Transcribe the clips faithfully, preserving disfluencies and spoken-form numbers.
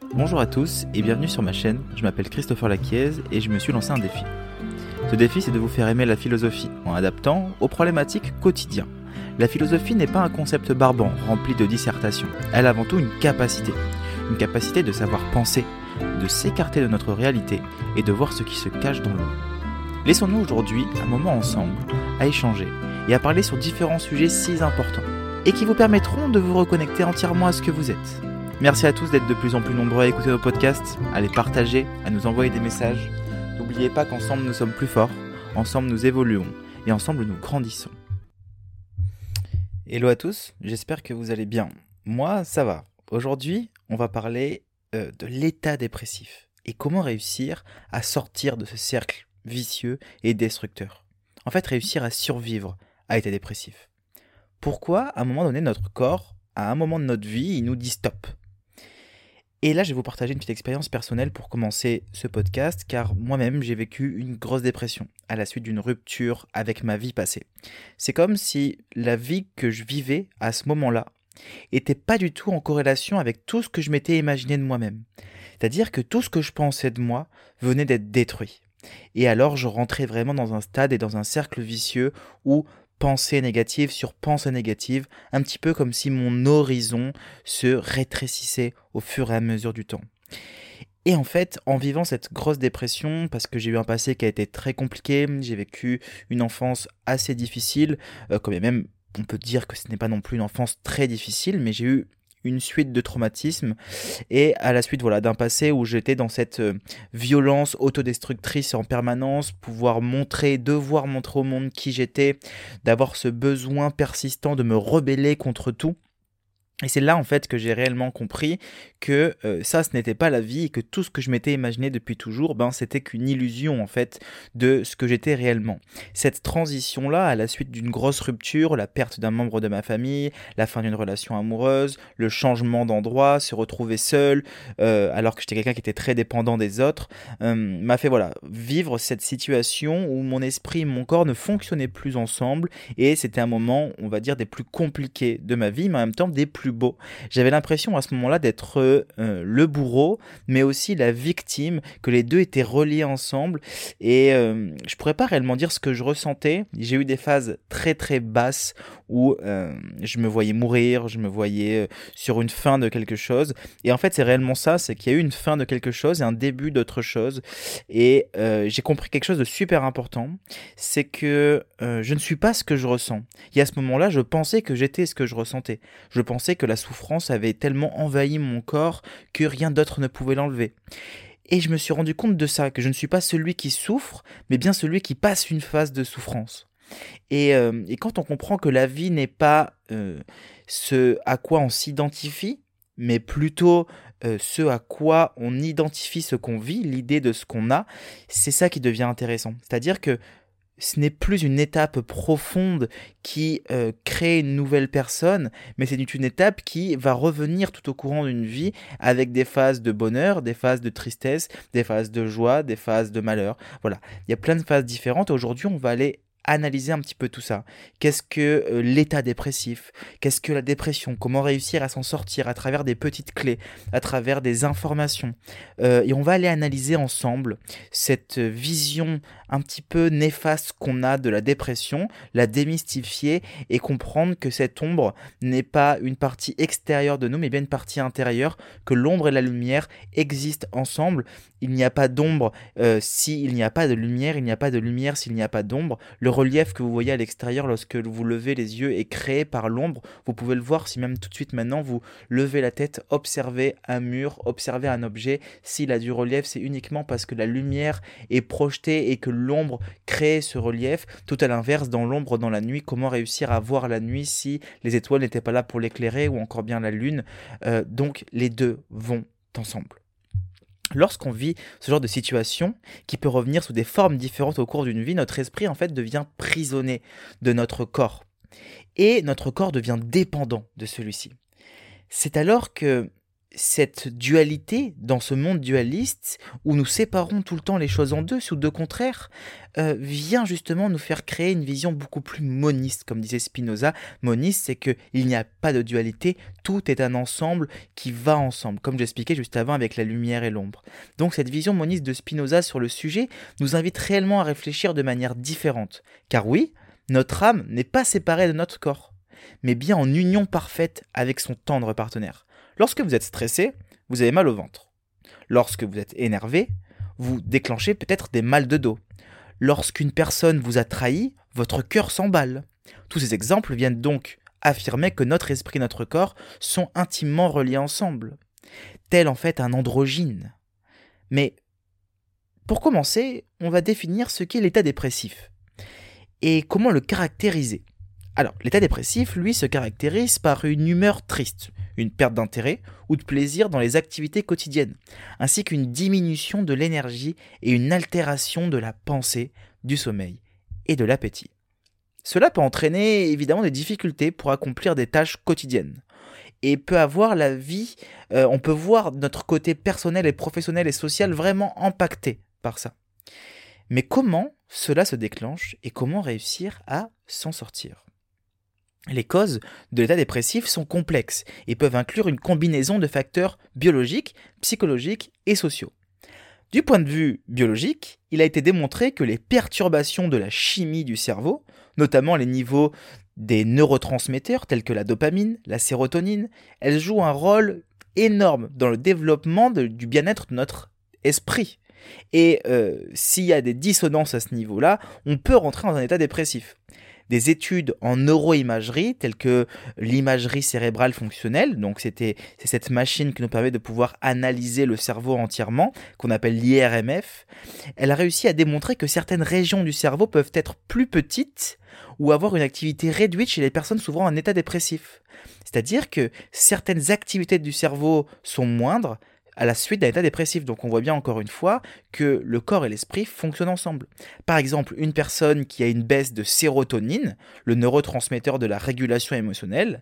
Bonjour à tous et bienvenue sur ma chaîne, je m'appelle Christopher Laquiez et je me suis lancé un défi. Ce défi, c'est de vous faire aimer la philosophie en adaptant aux problématiques quotidiennes. La philosophie n'est pas un concept barbant rempli de dissertations, elle est avant tout une capacité. Une capacité de savoir penser, de s'écarter de notre réalité et de voir ce qui se cache dans l'ombre. Laissons-nous aujourd'hui un moment ensemble à échanger et à parler sur différents sujets si importants et qui vous permettront de vous reconnecter entièrement à ce que vous êtes. Merci à tous d'être de plus en plus nombreux à écouter nos podcasts, à les partager, à nous envoyer des messages. N'oubliez pas qu'ensemble nous sommes plus forts, ensemble nous évoluons et ensemble nous grandissons. Hello à tous, j'espère que vous allez bien. Moi, ça va. Aujourd'hui, on va parler euh, de l'état dépressif et comment réussir à sortir de ce cercle vicieux et destructeur. En fait, réussir à survivre à l'état dépressif. Pourquoi, à un moment donné, notre corps, à un moment de notre vie, il nous dit stop ? Et là, je vais vous partager une petite expérience personnelle pour commencer ce podcast, car moi-même, j'ai vécu une grosse dépression à la suite d'une rupture avec ma vie passée. C'est comme si la vie que je vivais à ce moment-là n'était pas du tout en corrélation avec tout ce que je m'étais imaginé de moi-même. C'est-à-dire que tout ce que je pensais de moi venait d'être détruit. Et alors, je rentrais vraiment dans un stade et dans un cercle vicieux où pensée négative sur pensée négative, un petit peu comme si mon horizon se rétrécissait au fur et à mesure du temps. Et en fait, en vivant cette grosse dépression, parce que j'ai eu un passé qui a été très compliqué, j'ai vécu une enfance assez difficile, euh, quand même, on peut dire que ce n'est pas non plus une enfance très difficile, mais j'ai eu une suite de traumatismes et à la suite voilà, d'un passé où j'étais dans cette euh, violence autodestructrice en permanence, pouvoir montrer, devoir montrer au monde qui j'étais, d'avoir ce besoin persistant de me rebeller contre tout. Et c'est là en fait que j'ai réellement compris que euh, ça ce n'était pas la vie et que tout ce que je m'étais imaginé depuis toujours, ben c'était qu'une illusion en fait de ce que j'étais réellement. Cette transition là à la suite d'une grosse rupture, la perte d'un membre de ma famille, la fin d'une relation amoureuse, le changement d'endroit, se retrouver seul euh, alors que j'étais quelqu'un qui était très dépendant des autres, euh, m'a fait voilà vivre cette situation où mon esprit et mon corps ne fonctionnaient plus ensemble et c'était un moment on va dire des plus compliqués de ma vie mais en même temps des plus beau. J'avais l'impression à ce moment-là d'être euh, le bourreau, mais aussi la victime, que les deux étaient reliés ensemble. Et euh, je pourrais pas réellement dire ce que je ressentais. J'ai eu des phases très très basses où euh, je me voyais mourir, je me voyais euh, sur une fin de quelque chose. Et en fait, c'est réellement ça, c'est qu'il y a eu une fin de quelque chose et un début d'autre chose. Et euh, j'ai compris quelque chose de super important, c'est que euh, je ne suis pas ce que je ressens. Et à ce moment-là, je pensais que j'étais ce que je ressentais. Je pensais que la souffrance avait tellement envahi mon corps que rien d'autre ne pouvait l'enlever. Et je me suis rendu compte de ça, que je ne suis pas celui qui souffre, mais bien celui qui passe une phase de souffrance. Et, euh, et quand on comprend que la vie n'est pas euh, ce à quoi on s'identifie, mais plutôt euh, ce à quoi on identifie ce qu'on vit, l'idée de ce qu'on a, c'est ça qui devient intéressant. C'est-à-dire que ce n'est plus une étape profonde qui euh, crée une nouvelle personne, mais c'est une étape qui va revenir tout au courant d'une vie avec des phases de bonheur, des phases de tristesse, des phases de joie, des phases de malheur. Voilà, il y a plein de phases différentes. Aujourd'hui, on va aller analyser un petit peu tout ça. Qu'est-ce que euh, l'état dépressif ? Qu'est-ce que la dépression ? Comment réussir à s'en sortir à travers des petites clés, à travers des informations. Euh, et on va aller analyser ensemble cette vision un petit peu néfaste qu'on a de la dépression, la démystifier et comprendre que cette ombre n'est pas une partie extérieure de nous, mais bien une partie intérieure, que l'ombre et la lumière existent ensemble. Il n'y a pas d'ombre euh, s'il n'y a pas de lumière, il n'y a pas de lumière s'il n'y a pas d'ombre. Le relief que vous voyez à l'extérieur lorsque vous levez les yeux est créé par l'ombre. Vous pouvez le voir si même tout de suite maintenant vous levez la tête, observez un mur, observez un objet. S'il a du relief, c'est uniquement parce que la lumière est projetée et que l'ombre crée ce relief. Tout à l'inverse, dans l'ombre, dans la nuit, comment réussir à voir la nuit si les étoiles n'étaient pas là pour l'éclairer ou encore bien la lune. Euh, donc les deux vont ensemble. Lorsqu'on vit ce genre de situation, qui peut revenir sous des formes différentes au cours d'une vie, notre esprit en fait devient prisonnier de notre corps. Et notre corps devient dépendant de celui-ci. C'est alors que cette dualité, dans ce monde dualiste, où nous séparons tout le temps les choses en deux, sous deux contraires, euh, vient justement nous faire créer une vision beaucoup plus moniste, comme disait Spinoza. Moniste, c'est qu'il n'y a pas de dualité, tout est un ensemble qui va ensemble, comme j'expliquais juste avant avec la lumière et l'ombre. Donc cette vision moniste de Spinoza sur le sujet nous invite réellement à réfléchir de manière différente. Car oui, notre âme n'est pas séparée de notre corps, mais bien en union parfaite avec son tendre partenaire. Lorsque vous êtes stressé, vous avez mal au ventre. Lorsque vous êtes énervé, vous déclenchez peut-être des mal de dos. Lorsqu'une personne vous a trahi, votre cœur s'emballe. Tous ces exemples viennent donc affirmer que notre esprit et notre corps sont intimement reliés ensemble, tel en fait un androgyne. Mais pour commencer, on va définir ce qu'est l'état dépressif et comment le caractériser. Alors, l'état dépressif, lui, se caractérise par une humeur triste, une perte d'intérêt ou de plaisir dans les activités quotidiennes, ainsi qu'une diminution de l'énergie et une altération de la pensée, du sommeil et de l'appétit. Cela peut entraîner évidemment des difficultés pour accomplir des tâches quotidiennes et peut avoir la vie, euh, on peut voir notre côté personnel et professionnel et social vraiment impacté par ça. Mais comment cela se déclenche et comment réussir à s'en sortir ? Les causes de l'état dépressif sont complexes et peuvent inclure une combinaison de facteurs biologiques, psychologiques et sociaux. Du point de vue biologique, il a été démontré que les perturbations de la chimie du cerveau, notamment les niveaux des neurotransmetteurs tels que la dopamine, la sérotonine, elles jouent un rôle énorme dans le développement de, du bien-être de notre esprit. Et euh, s'il y a des dissonances à ce niveau-là, on peut rentrer dans un état dépressif. Des études en neuroimagerie, telles que l'imagerie cérébrale fonctionnelle, donc c'était, c'est cette machine qui nous permet de pouvoir analyser le cerveau entièrement, qu'on appelle l'I R M F, elle a réussi à démontrer que certaines régions du cerveau peuvent être plus petites ou avoir une activité réduite chez les personnes souffrant en état dépressif. C'est-à-dire que certaines activités du cerveau sont moindres à la suite d'un état dépressif. Donc on voit bien encore une fois que le corps et l'esprit fonctionnent ensemble. Par exemple, une personne qui a une baisse de sérotonine, le neurotransmetteur de la régulation émotionnelle,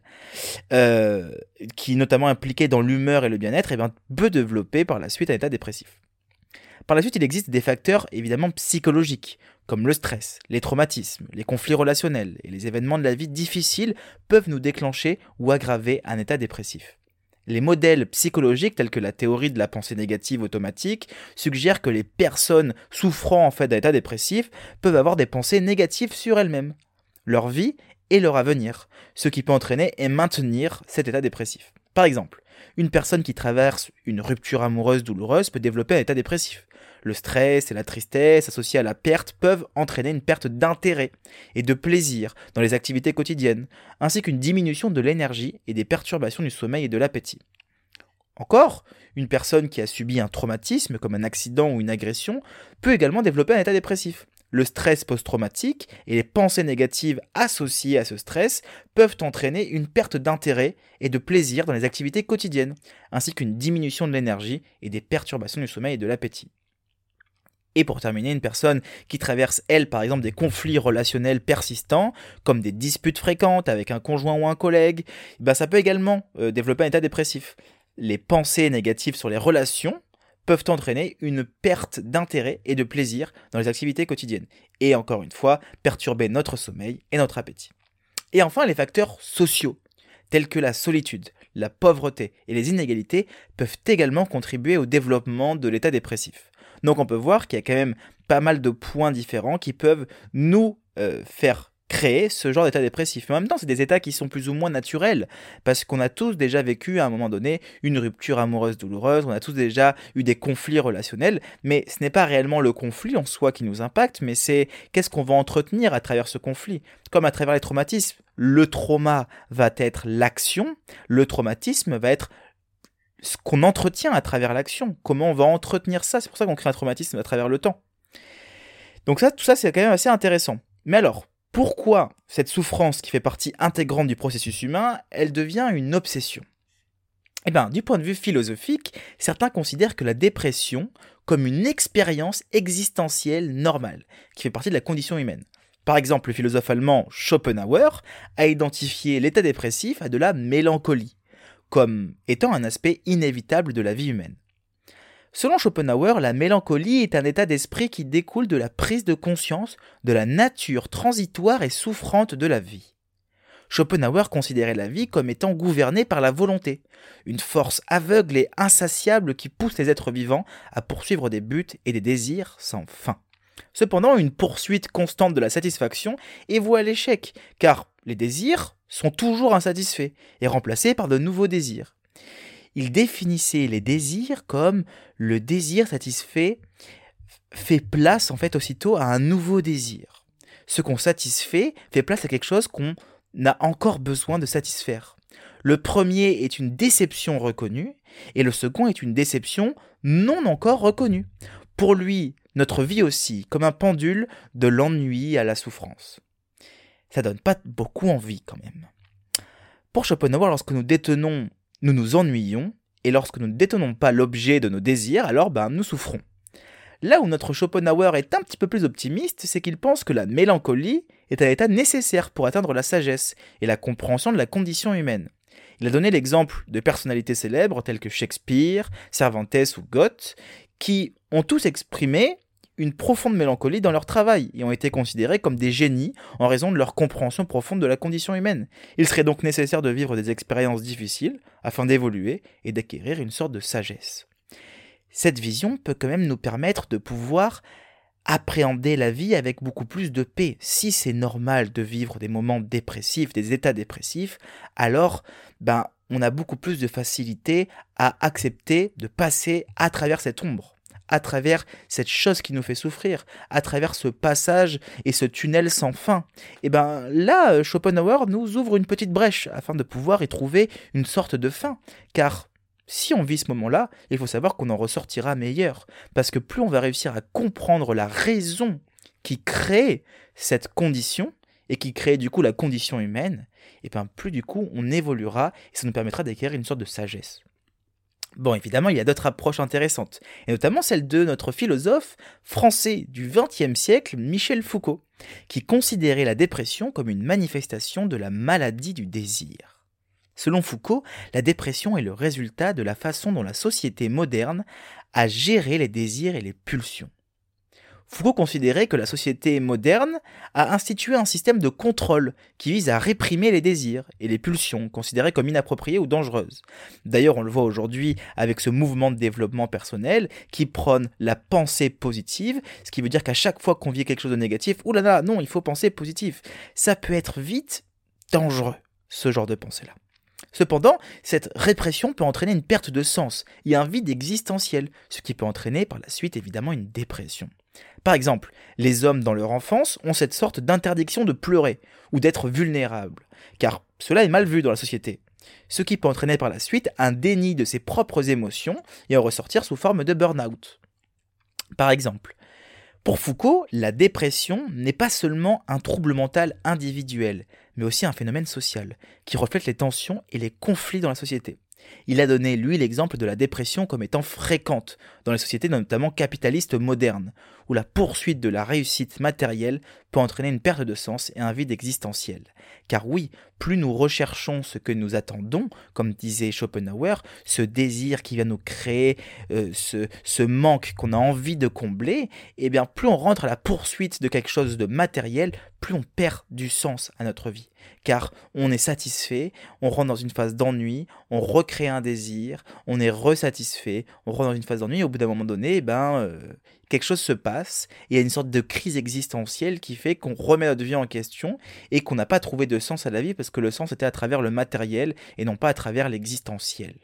euh, qui est notamment impliqué dans l'humeur et le bien-être, eh bien, peut développer par la suite un état dépressif. Par la suite, il existe des facteurs évidemment psychologiques, comme le stress, les traumatismes, les conflits relationnels et les événements de la vie difficiles peuvent nous déclencher ou aggraver un état dépressif. Les modèles psychologiques tels que la théorie de la pensée négative automatique suggèrent que les personnes souffrant en fait d'un état dépressif peuvent avoir des pensées négatives sur elles-mêmes, leur vie et leur avenir, ce qui peut entraîner et maintenir cet état dépressif. Par exemple, une personne qui traverse une rupture amoureuse douloureuse peut développer un état dépressif. Le stress et la tristesse associés à la perte peuvent entraîner une perte d'intérêt et de plaisir dans les activités quotidiennes, ainsi qu'une diminution de l'énergie et des perturbations du sommeil et de l'appétit. Encore, une personne qui a subi un traumatisme, comme un accident ou une agression, peut également développer un état dépressif. Le stress post-traumatique et les pensées négatives associées à ce stress peuvent entraîner une perte d'intérêt et de plaisir dans les activités quotidiennes, ainsi qu'une diminution de l'énergie et des perturbations du sommeil et de l'appétit. Et pour terminer, une personne qui traverse, elle, par exemple, des conflits relationnels persistants, comme des disputes fréquentes avec un conjoint ou un collègue, ben ça peut également euh, développer un état dépressif. Les pensées négatives sur les relations peuvent entraîner une perte d'intérêt et de plaisir dans les activités quotidiennes. Et encore une fois, perturber notre sommeil et notre appétit. Et enfin, les facteurs sociaux, tels que la solitude, la pauvreté et les inégalités, peuvent également contribuer au développement de l'état dépressif. Donc on peut voir qu'il y a quand même pas mal de points différents qui peuvent nous euh, faire créer ce genre d'état dépressif. Mais en même temps, c'est des états qui sont plus ou moins naturels, parce qu'on a tous déjà vécu à un moment donné une rupture amoureuse douloureuse, on a tous déjà eu des conflits relationnels, mais ce n'est pas réellement le conflit en soi qui nous impacte, mais c'est qu'est-ce qu'on va entretenir à travers ce conflit. Comme à travers les traumatismes, le trauma va être l'action, le traumatisme va être ce qu'on entretient à travers l'action, comment on va entretenir ça, c'est pour ça qu'on crée un traumatisme à travers le temps. Donc ça, tout ça, c'est quand même assez intéressant. Mais alors, pourquoi cette souffrance qui fait partie intégrante du processus humain, elle devient une obsession ? Eh bien, du point de vue philosophique, certains considèrent que la dépression comme une expérience existentielle normale, qui fait partie de la condition humaine. Par exemple, le philosophe allemand Schopenhauer a identifié l'état dépressif à de la mélancolie, comme étant un aspect inévitable de la vie humaine. Selon Schopenhauer, la mélancolie est un état d'esprit qui découle de la prise de conscience de la nature transitoire et souffrante de la vie. Schopenhauer considérait la vie comme étant gouvernée par la volonté, une force aveugle et insatiable qui pousse les êtres vivants à poursuivre des buts et des désirs sans fin. Cependant, une poursuite constante de la satisfaction est vouée à l'échec, car les désirs sont toujours insatisfaits et remplacés par de nouveaux désirs. Il définissait les désirs comme le désir satisfait fait place en fait aussitôt à un nouveau désir. Ce qu'on satisfait fait place à quelque chose qu'on a encore besoin de satisfaire. Le premier est une déception reconnue et le second est une déception non encore reconnue. Pour lui, notre vie aussi, comme un pendule de l'ennui à la souffrance. Ça donne pas beaucoup envie quand même. Pour Schopenhauer, lorsque nous détenons, nous nous ennuyons, et lorsque nous ne détenons pas l'objet de nos désirs, alors ben, nous souffrons. Là où notre Schopenhauer est un petit peu plus optimiste, c'est qu'il pense que la mélancolie est un état nécessaire pour atteindre la sagesse et la compréhension de la condition humaine. Il a donné l'exemple de personnalités célèbres telles que Shakespeare, Cervantes ou Goethe, qui ont tous exprimé une profonde mélancolie dans leur travail et ont été considérés comme des génies en raison de leur compréhension profonde de la condition humaine. Il serait donc nécessaire de vivre des expériences difficiles afin d'évoluer et d'acquérir une sorte de sagesse. Cette vision peut quand même nous permettre de pouvoir appréhender la vie avec beaucoup plus de paix. Si c'est normal de vivre des moments dépressifs, des états dépressifs, alors ben, on a beaucoup plus de facilité à accepter de passer à travers cette ombre, à travers cette chose qui nous fait souffrir, à travers ce passage et ce tunnel sans fin. Et ben là, Schopenhauer nous ouvre une petite brèche afin de pouvoir y trouver une sorte de fin, car si on vit ce moment-là, il faut savoir qu'on en ressortira meilleur, parce que plus on va réussir à comprendre la raison qui crée cette condition, et qui crée du coup la condition humaine, et bien plus du coup on évoluera, et ça nous permettra d'acquérir une sorte de sagesse. Bon, évidemment, il y a d'autres approches intéressantes, et notamment celle de notre philosophe français du vingtième siècle, Michel Foucault, qui considérait la dépression comme une manifestation de la maladie du désir. Selon Foucault, la dépression est le résultat de la façon dont la société moderne a géré les désirs et les pulsions. Foucault considérait que la société moderne a institué un système de contrôle qui vise à réprimer les désirs et les pulsions considérées comme inappropriées ou dangereuses. D'ailleurs, on le voit aujourd'hui avec ce mouvement de développement personnel qui prône la pensée positive, ce qui veut dire qu'à chaque fois qu'on vit quelque chose de négatif, oulala, non, il faut penser positif. Ça peut être vite dangereux, ce genre de pensée-là. Cependant, cette répression peut entraîner une perte de sens et un vide existentiel, ce qui peut entraîner par la suite évidemment une dépression. Par exemple, les hommes dans leur enfance ont cette sorte d'interdiction de pleurer ou d'être vulnérables, car cela est mal vu dans la société, ce qui peut entraîner par la suite un déni de ses propres émotions et en ressortir sous forme de burn-out. Par exemple, pour Foucault, la dépression n'est pas seulement un trouble mental individuel, mais aussi un phénomène social, qui reflète les tensions et les conflits dans la société. Il a donné, lui, l'exemple de la dépression comme étant fréquente dans les sociétés notamment capitalistes modernes, où la poursuite de la réussite matérielle peut entraîner une perte de sens et un vide existentiel. Car oui, plus nous recherchons ce que nous attendons, comme disait Schopenhauer, ce désir qui va nous créer, euh, ce, ce manque qu'on a envie de combler, et bien plus on rentre à la poursuite de quelque chose de matériel, plus on perd du sens à notre vie. Car on est satisfait, on rentre dans une phase d'ennui, on recrée un désir, on est resatisfait, on rentre dans une phase d'ennui, et au bout d'un moment donné, ben, euh, quelque chose se passe, et il y a une sorte de crise existentielle qui fait qu'on remet notre vie en question, et qu'on n'a pas trouvé de sens à la vie, parce que le sens était à travers le matériel, et non pas à travers l'existentiel.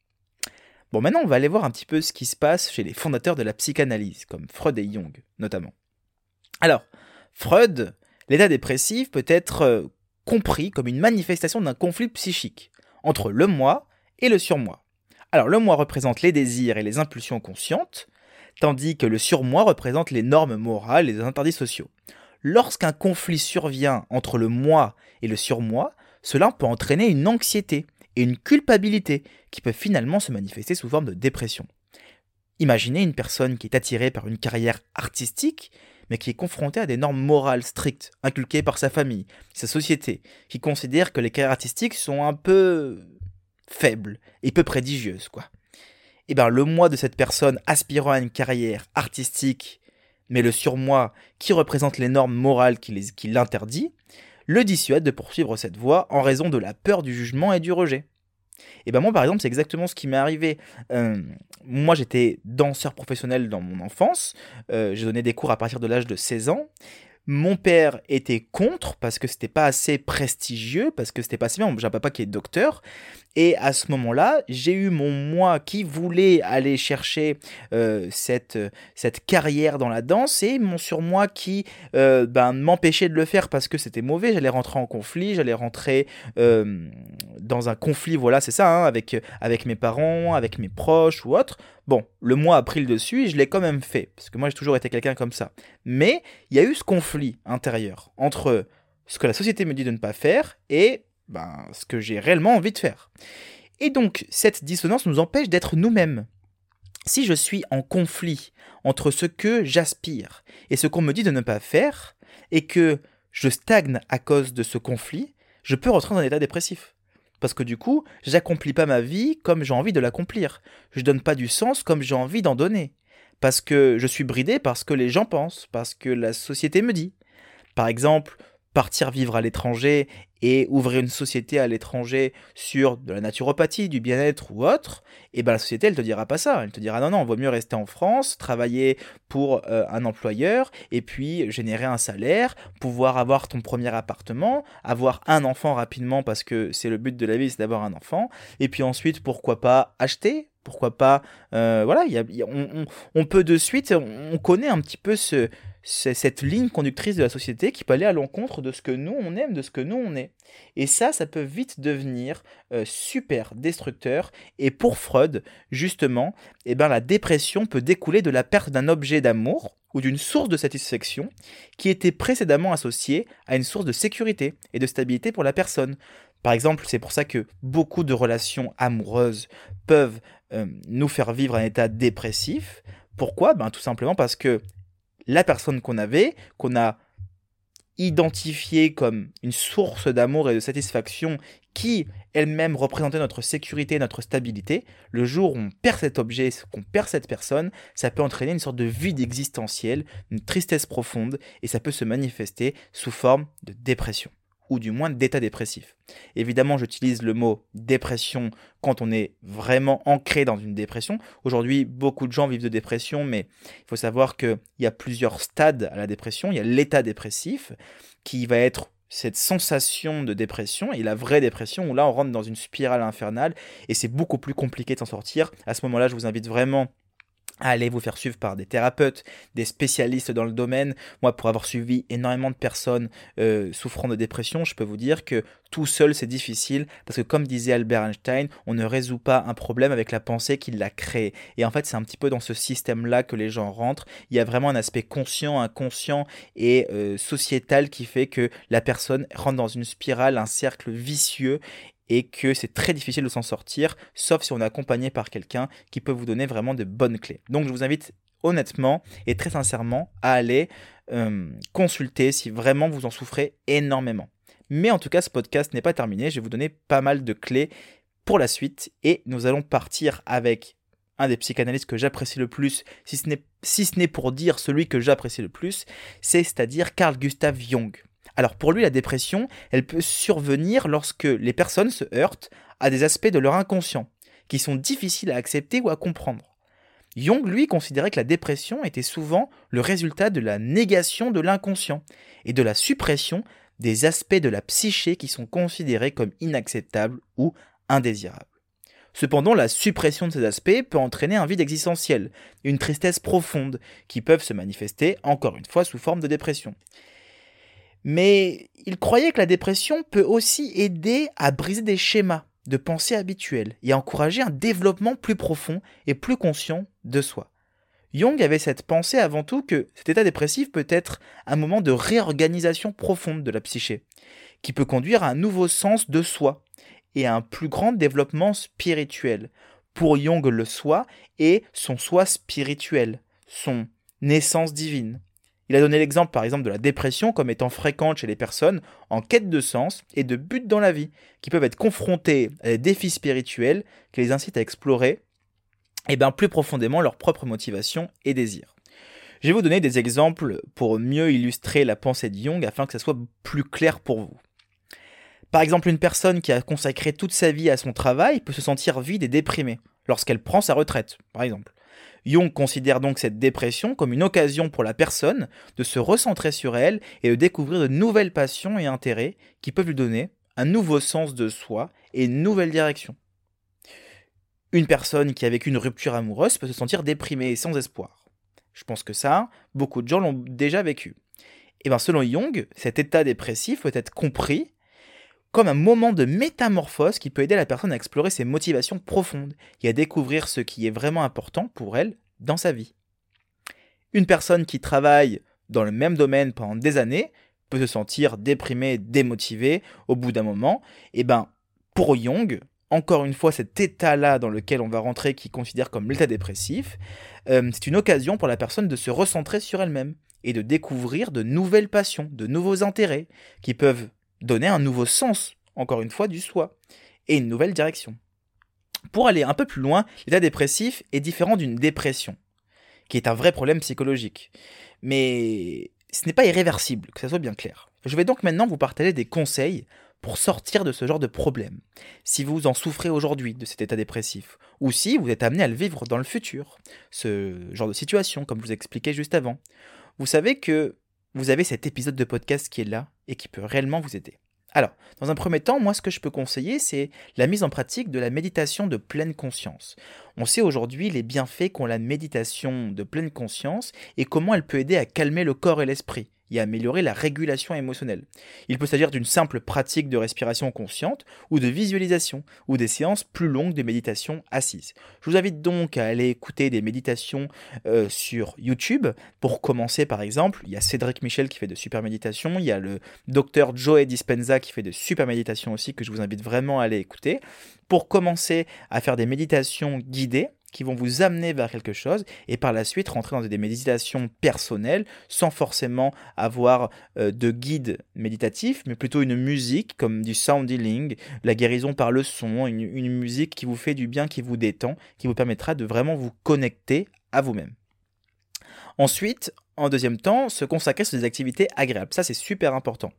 Bon, maintenant on va aller voir un petit peu ce qui se passe chez les fondateurs de la psychanalyse, comme Freud et Jung, notamment. Alors, Freud, l'état dépressif peut être euh, compris comme une manifestation d'un conflit psychique entre le moi et le surmoi. Alors le moi représente les désirs et les impulsions conscientes, tandis que le surmoi représente les normes morales et les interdits sociaux. Lorsqu'un conflit survient entre le moi et le surmoi, cela peut entraîner une anxiété et une culpabilité qui peuvent finalement se manifester sous forme de dépression. Imaginez une personne qui est attirée par une carrière artistique, mais qui est confrontée à des normes morales strictes, inculquées par sa famille, sa société, qui considère que les carrières artistiques sont un peu faible et peu prodigieuse, quoi. Et bien le moi de cette personne aspirant à une carrière artistique, mais le surmoi qui représente les normes morales qui, les, qui l'interdit, le dissuade de poursuivre cette voie en raison de la peur du jugement et du rejet. Et ben moi par exemple c'est exactement ce qui m'est arrivé. Euh, moi j'étais danseur professionnel dans mon enfance, euh, j'ai donné des cours à partir de l'âge de seize ans. Mon père était contre parce que c'était pas assez prestigieux, parce que c'était pas assez bien. J'ai un papa qui est docteur. Et à ce moment-là, j'ai eu mon moi qui voulait aller chercher euh, cette, cette carrière dans la danse et mon surmoi qui euh, ben, m'empêchait de le faire parce que c'était mauvais. J'allais rentrer en conflit, j'allais rentrer euh, dans un conflit, voilà, c'est ça, hein, avec, avec mes parents, avec mes proches ou autres. Bon, le moi a pris le dessus et je l'ai quand même fait, parce que moi j'ai toujours été quelqu'un comme ça. Mais il y a eu ce conflit intérieur entre ce que la société me dit de ne pas faire et ben, ce que j'ai réellement envie de faire. Et donc, cette dissonance nous empêche d'être nous-mêmes. Si je suis en conflit entre ce que j'aspire et ce qu'on me dit de ne pas faire, et que je stagne à cause de ce conflit, je peux rentrer dans un état dépressif. Parce que du coup, j'accomplis pas ma vie comme j'ai envie de l'accomplir. Je donne pas du sens comme j'ai envie d'en donner. Parce que je suis bridé parce que les gens pensent, parce que la société me dit. Par exemple, partir vivre à l'étranger et ouvrir une société à l'étranger sur de la naturopathie, du bien-être ou autre, et ben la société elle te dira pas ça, elle te dira non non, vaut mieux rester en France, travailler pour euh, un employeur et puis générer un salaire, pouvoir avoir ton premier appartement, avoir un enfant rapidement parce que c'est le but de la vie, c'est d'avoir un enfant, et puis ensuite pourquoi pas acheter. Pourquoi pas, euh, voilà, y a, y a, on, on, on peut de suite, on, on connaît un petit peu ce, ce, cette ligne conductrice de la société qui peut aller à l'encontre de ce que nous on aime, de ce que nous on est. Et ça, ça peut vite devenir euh, super destructeur. Et pour Freud, justement, eh ben, la dépression peut découler de la perte d'un objet d'amour ou d'une source de satisfaction qui était précédemment associée à une source de sécurité et de stabilité pour la personne. Par exemple, c'est pour ça que beaucoup de relations amoureuses peuvent euh, nous faire vivre un état dépressif. Pourquoi ? Ben, tout simplement parce que la personne qu'on avait, qu'on a identifiée comme une source d'amour et de satisfaction qui elle-même représentait notre sécurité, notre stabilité, le jour où on perd cet objet, qu'on perd cette personne, ça peut entraîner une sorte de vide existentiel, une tristesse profonde, et ça peut se manifester sous forme de dépression, ou du moins d'état dépressif. Évidemment, j'utilise le mot dépression quand on est vraiment ancré dans une dépression. Aujourd'hui, beaucoup de gens vivent de dépression, mais il faut savoir qu'il y a plusieurs stades à la dépression. Il y a l'état dépressif, qui va être cette sensation de dépression, et la vraie dépression, où là, on rentre dans une spirale infernale, et c'est beaucoup plus compliqué de s'en sortir. À ce moment-là, je vous invite vraiment à aller vous faire suivre par des thérapeutes, des spécialistes dans le domaine. Moi, pour avoir suivi énormément de personnes euh, souffrant de dépression, je peux vous dire que tout seul, c'est difficile, parce que comme disait Albert Einstein, on ne résout pas un problème avec la pensée qui l'a créé. Et en fait, c'est un petit peu dans ce système-là que les gens rentrent. Il y a vraiment un aspect conscient, inconscient et euh, sociétal qui fait que la personne rentre dans une spirale, un cercle vicieux, et que c'est très difficile de s'en sortir, sauf si on est accompagné par quelqu'un qui peut vous donner vraiment de bonnes clés. Donc je vous invite honnêtement et très sincèrement à aller euh, consulter si vraiment vous en souffrez énormément. Mais en tout cas, ce podcast n'est pas terminé, je vais vous donner pas mal de clés pour la suite, et nous allons partir avec un des psychanalystes que j'apprécie le plus, si ce n'est, si ce n'est pour dire celui que j'apprécie le plus, c'est c'est-à-dire Carl Gustav Jung. Alors pour lui, la dépression, elle peut survenir lorsque les personnes se heurtent à des aspects de leur inconscient, qui sont difficiles à accepter ou à comprendre. Jung, lui, considérait que la dépression était souvent le résultat de la négation de l'inconscient et de la suppression des aspects de la psyché qui sont considérés comme inacceptables ou indésirables. Cependant, la suppression de ces aspects peut entraîner un vide existentiel, une tristesse profonde, qui peuvent se manifester, encore une fois, sous forme de dépression. Mais il croyait que la dépression peut aussi aider à briser des schémas de pensée habituels et à encourager un développement plus profond et plus conscient de soi. Jung avait cette pensée avant tout que cet état dépressif peut être un moment de réorganisation profonde de la psyché, qui peut conduire à un nouveau sens de soi et à un plus grand développement spirituel. Pour Jung, le soi est son soi spirituel, son essence divine. Il a donné l'exemple par exemple de la dépression comme étant fréquente chez les personnes en quête de sens et de but dans la vie, qui peuvent être confrontées à des défis spirituels qui les incitent à explorer eh ben, plus profondément leurs propres motivations et désirs. Je vais vous donner des exemples pour mieux illustrer la pensée de Jung afin que ça soit plus clair pour vous. Par exemple, une personne qui a consacré toute sa vie à son travail peut se sentir vide et déprimée lorsqu'elle prend sa retraite, par exemple. Jung considère donc cette dépression comme une occasion pour la personne de se recentrer sur elle et de découvrir de nouvelles passions et intérêts qui peuvent lui donner un nouveau sens de soi et une nouvelle direction. Une personne qui a vécu une rupture amoureuse peut se sentir déprimée et sans espoir. Je pense que ça, beaucoup de gens l'ont déjà vécu. Et bien selon Jung, cet état dépressif peut être compris comme un moment de métamorphose qui peut aider la personne à explorer ses motivations profondes et à découvrir ce qui est vraiment important pour elle dans sa vie. Une personne qui travaille dans le même domaine pendant des années peut se sentir déprimée, démotivée au bout d'un moment. Et ben, pour Jung, encore une fois, cet état-là dans lequel on va rentrer, qui considère comme l'état dépressif, euh, c'est une occasion pour la personne de se recentrer sur elle-même et de découvrir de nouvelles passions, de nouveaux intérêts qui peuvent donner un nouveau sens, encore une fois, du soi, et une nouvelle direction. Pour aller un peu plus loin, l'état dépressif est différent d'une dépression, qui est un vrai problème psychologique. Mais ce n'est pas irréversible, que ça soit bien clair. Je vais donc maintenant vous partager des conseils pour sortir de ce genre de problème, si vous en souffrez aujourd'hui de cet état dépressif, ou si vous êtes amené à le vivre dans le futur, ce genre de situation, comme je vous expliquais juste avant. Vous savez que vous avez cet épisode de podcast qui est là et qui peut réellement vous aider. Alors, dans un premier temps, moi ce que je peux conseiller, c'est la mise en pratique de la méditation de pleine conscience. On sait aujourd'hui les bienfaits qu'ont la méditation de pleine conscience et comment elle peut aider à calmer le corps et l'esprit et à améliorer la régulation émotionnelle. Il peut s'agir d'une simple pratique de respiration consciente ou de visualisation ou des séances plus longues de méditation assise. Je vous invite donc à aller écouter des méditations euh, sur YouTube. Pour commencer par exemple, il y a Cédric Michel qui fait de super méditations, il y a le docteur Joe Dispenza qui fait de super méditations aussi que je vous invite vraiment à aller écouter. Pour commencer à faire des méditations guidées, qui vont vous amener vers quelque chose et par la suite rentrer dans des méditations personnelles sans forcément avoir euh, de guide méditatif, mais plutôt une musique comme du sound healing, la guérison par le son, une, une musique qui vous fait du bien, qui vous détend, qui vous permettra de vraiment vous connecter à vous-même. Ensuite, en deuxième temps, se consacrer sur des activités agréables. Ça, c'est super important.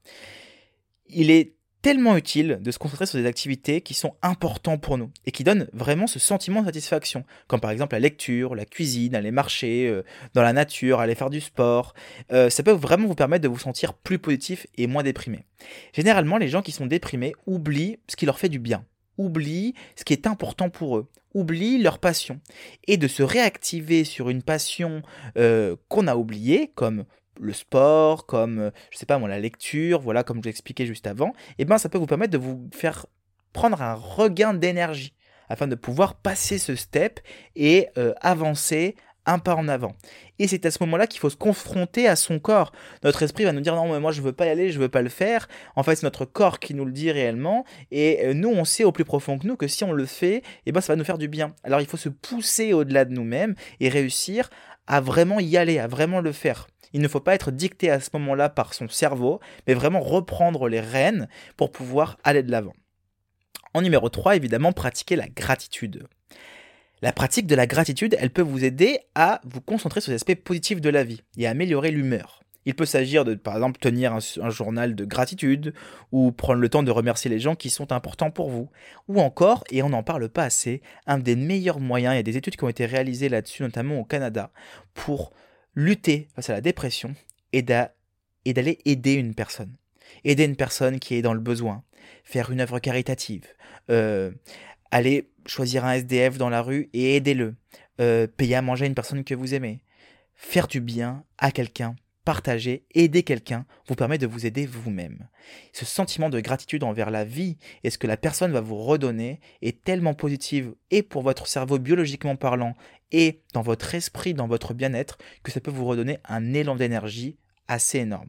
Il est tellement utile de se concentrer sur des activités qui sont importantes pour nous et qui donnent vraiment ce sentiment de satisfaction, comme par exemple la lecture, la cuisine, aller marcher euh, dans la nature, aller faire du sport. Euh, ça peut vraiment vous permettre de vous sentir plus positif et moins déprimé. Généralement, les gens qui sont déprimés oublient ce qui leur fait du bien, oublient ce qui est important pour eux, oublient leur passion. Et de se réactiver sur une passion euh, qu'on a oubliée, comme le sport, comme, je sais pas moi, la lecture, voilà, comme je l'expliquais juste avant, et ben ça peut vous permettre de vous faire prendre un regain d'énergie afin de pouvoir passer ce step et euh, avancer un pas en avant. Et c'est à ce moment-là qu'il faut se confronter à son corps. Notre esprit va nous dire non mais moi je veux pas y aller, je veux pas le faire. En fait c'est notre corps qui nous le dit réellement et nous on sait au plus profond que nous que si on le fait, et ben ça va nous faire du bien. Alors il faut se pousser au-delà de nous-mêmes et réussir à vraiment y aller, à vraiment le faire. Il ne faut pas être dicté à ce moment-là par son cerveau, mais vraiment reprendre les rênes pour pouvoir aller de l'avant. En numéro trois, évidemment, pratiquer la gratitude. La pratique de la gratitude, elle peut vous aider à vous concentrer sur les aspects positifs de la vie et à améliorer l'humeur. Il peut s'agir de, par exemple, tenir un, un journal de gratitude ou prendre le temps de remercier les gens qui sont importants pour vous. Ou encore, et on n'en parle pas assez, un des meilleurs moyens, il y a des études qui ont été réalisées là-dessus, notamment au Canada, pour lutter face à la dépression et d'aller aider une personne. Aider une personne qui est dans le besoin, faire une œuvre caritative, euh, aller choisir un S D F dans la rue et aidez-le, euh, payer à manger à une personne que vous aimez, faire du bien à quelqu'un, partager, aider quelqu'un vous permet de vous aider vous-même. Ce sentiment de gratitude envers la vie et ce que la personne va vous redonner est tellement positif et pour votre cerveau biologiquement parlant et dans votre esprit, dans votre bien-être, que ça peut vous redonner un élan d'énergie assez énorme.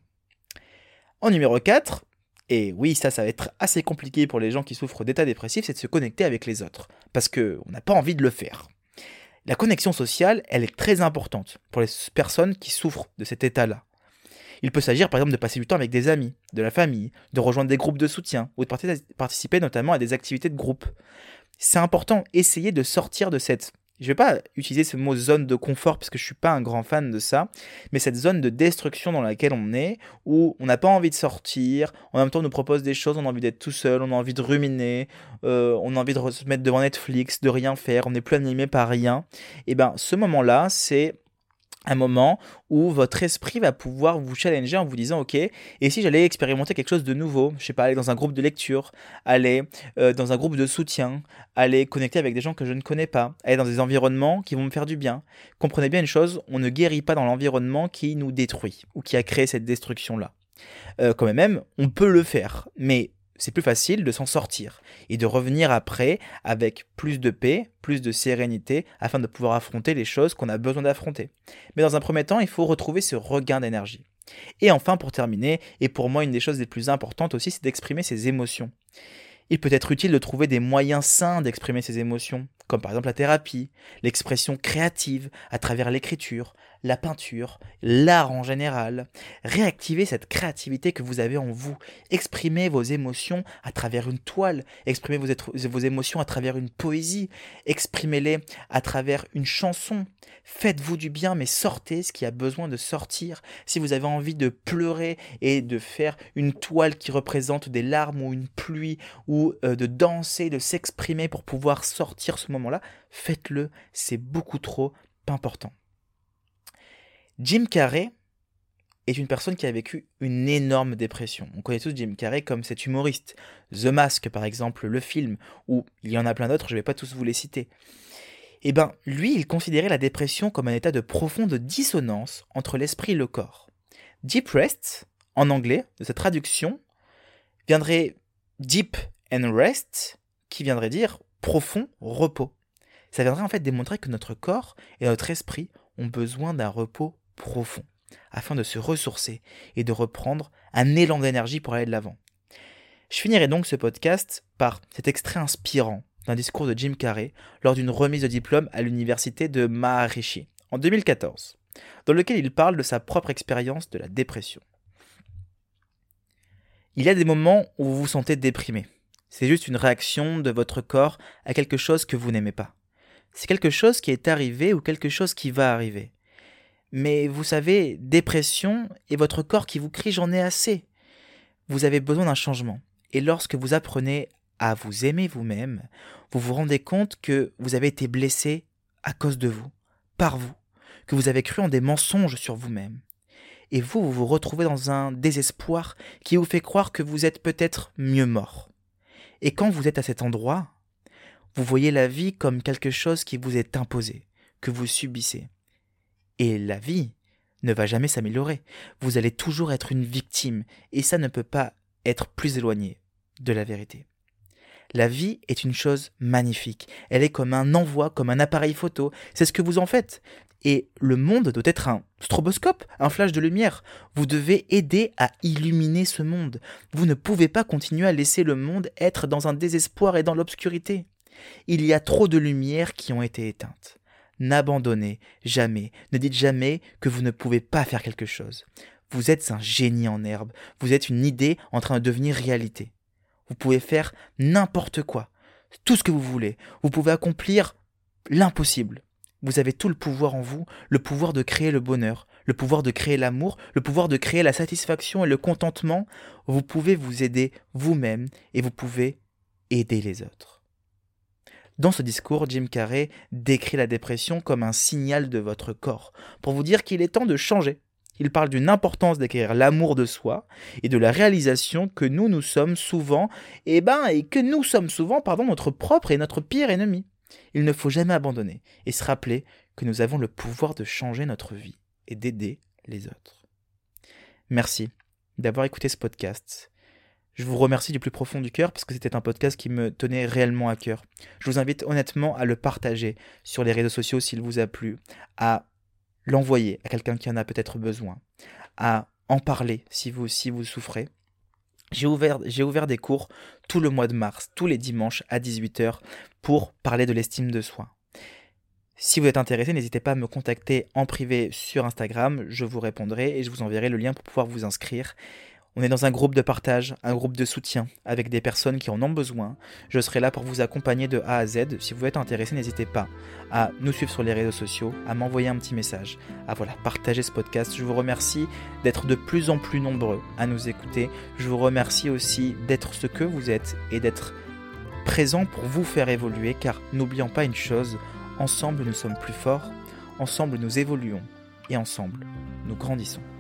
En numéro quatre, et oui, ça, ça va être assez compliqué pour les gens qui souffrent d'état dépressif, c'est de se connecter avec les autres, parce qu'on n'a pas envie de le faire. La connexion sociale, elle est très importante pour les personnes qui souffrent de cet état-là. Il peut s'agir par exemple de passer du temps avec des amis, de la famille, de rejoindre des groupes de soutien ou de parti- participer notamment à des activités de groupe. C'est important, essayez de sortir de cette... Je ne vais pas utiliser ce mot zone de confort parce que je ne suis pas un grand fan de ça, mais cette zone de destruction dans laquelle on est, où on n'a pas envie de sortir, en même temps on nous propose des choses, on a envie d'être tout seul, on a envie de ruminer, euh, on a envie de se mettre devant Netflix, de rien faire, on n'est plus animé par rien. Et bien ce moment-là, c'est un moment où votre esprit va pouvoir vous challenger en vous disant ok, et si j'allais expérimenter quelque chose de nouveau, je sais pas, aller dans un groupe de lecture, aller euh, dans un groupe de soutien, aller connecter avec des gens que je ne connais pas, aller dans des environnements qui vont me faire du bien. Comprenez bien une chose, on ne guérit pas dans l'environnement qui nous détruit ou qui a créé cette destruction-là. Euh, quand même, on peut le faire, mais c'est plus facile de s'en sortir et de revenir après avec plus de paix, plus de sérénité, afin de pouvoir affronter les choses qu'on a besoin d'affronter. Mais dans un premier temps, il faut retrouver ce regain d'énergie. Et enfin, pour terminer, et pour moi une des choses les plus importantes aussi, c'est d'exprimer ses émotions. Il peut être utile de trouver des moyens sains d'exprimer ses émotions, comme par exemple la thérapie, l'expression créative à travers l'écriture, la peinture, l'art en général. Réactivez cette créativité que vous avez en vous. Exprimez vos émotions à travers une toile, exprimez vos, être- vos émotions à travers une poésie, exprimez-les à travers une chanson. Faites-vous du bien, mais sortez ce qui a besoin de sortir. Si vous avez envie de pleurer et de faire une toile qui représente des larmes ou une pluie, ou euh, de danser, de s'exprimer pour pouvoir sortir ce moment-là, faites-le, c'est beaucoup trop important. Jim Carrey est une personne qui a vécu une énorme dépression. On connaît tous Jim Carrey comme cet humoriste. The Mask, par exemple, le film, ou il y en a plein d'autres, je ne vais pas tous vous les citer. Eh bien, lui, il considérait la dépression comme un état de profonde dissonance entre l'esprit et le corps. Depressed, en anglais, de cette traduction, viendrait deep and rest, qui viendrait dire profond repos. Ça viendrait en fait démontrer que notre corps et notre esprit ont besoin d'un repos profond, afin de se ressourcer et de reprendre un élan d'énergie pour aller de l'avant. Je finirai donc ce podcast par cet extrait inspirant d'un discours de Jim Carrey lors d'une remise de diplôme à l'université de Maharishi en deux mille quatorze, dans lequel il parle de sa propre expérience de la dépression. Il y a des moments où vous vous sentez déprimé. C'est juste une réaction de votre corps à quelque chose que vous n'aimez pas. C'est quelque chose qui est arrivé ou quelque chose qui va arriver. Mais vous savez, dépression et votre corps qui vous crie j'en ai assez. Vous avez besoin d'un changement. Et lorsque vous apprenez à vous aimer vous-même, vous vous rendez compte que vous avez été blessé à cause de vous, par vous, que vous avez cru en des mensonges sur vous-même. Et vous, vous vous retrouvez dans un désespoir qui vous fait croire que vous êtes peut-être mieux mort. Et quand vous êtes à cet endroit, vous voyez la vie comme quelque chose qui vous est imposé, que vous subissez. Et la vie ne va jamais s'améliorer. Vous allez toujours être une victime, et ça ne peut pas être plus éloigné de la vérité. La vie est une chose magnifique. Elle est comme un envoi, comme un appareil photo. C'est ce que vous en faites. Et le monde doit être un stroboscope, un flash de lumière. Vous devez aider à illuminer ce monde. Vous ne pouvez pas continuer à laisser le monde être dans un désespoir et dans l'obscurité. Il y a trop de lumières qui ont été éteintes. N'abandonnez jamais, ne dites jamais que vous ne pouvez pas faire quelque chose. Vous êtes un génie en herbe, vous êtes une idée en train de devenir réalité. Vous pouvez faire n'importe quoi, tout ce que vous voulez. Vous pouvez accomplir l'impossible. Vous avez tout le pouvoir en vous, le pouvoir de créer le bonheur, le pouvoir de créer l'amour, le pouvoir de créer la satisfaction et le contentement. Vous pouvez vous aider vous-même et vous pouvez aider les autres. Dans ce discours, Jim Carrey décrit la dépression comme un signal de votre corps, pour vous dire qu'il est temps de changer. Il parle d'une importance d'acquérir l'amour de soi et de la réalisation que nous, nous sommes souvent, et ben, et que nous sommes souvent, pardon, notre propre et notre pire ennemi. Il ne faut jamais abandonner et se rappeler que nous avons le pouvoir de changer notre vie et d'aider les autres. Merci d'avoir écouté ce podcast. Je vous remercie du plus profond du cœur parce que c'était un podcast qui me tenait réellement à cœur. Je vous invite honnêtement à le partager sur les réseaux sociaux s'il vous a plu, à l'envoyer à quelqu'un qui en a peut-être besoin, à en parler si vous aussi vous souffrez. J'ai ouvert, j'ai ouvert des cours tout le mois de mars, tous les dimanches à dix-huit heures, pour parler de l'estime de soi. Si vous êtes intéressé, n'hésitez pas à me contacter en privé sur Instagram, je vous répondrai et je vous enverrai le lien pour pouvoir vous inscrire. On est dans un groupe de partage, un groupe de soutien, avec des personnes qui en ont besoin. Je serai là pour vous accompagner de A à Z. Si vous êtes intéressé, n'hésitez pas à nous suivre sur les réseaux sociaux, à m'envoyer un petit message, à voilà, partager ce podcast. Je vous remercie d'être de plus en plus nombreux à nous écouter. Je vous remercie aussi d'être ce que vous êtes et d'être présent pour vous faire évoluer, car n'oublions pas une chose, ensemble nous sommes plus forts, ensemble nous évoluons et ensemble nous grandissons.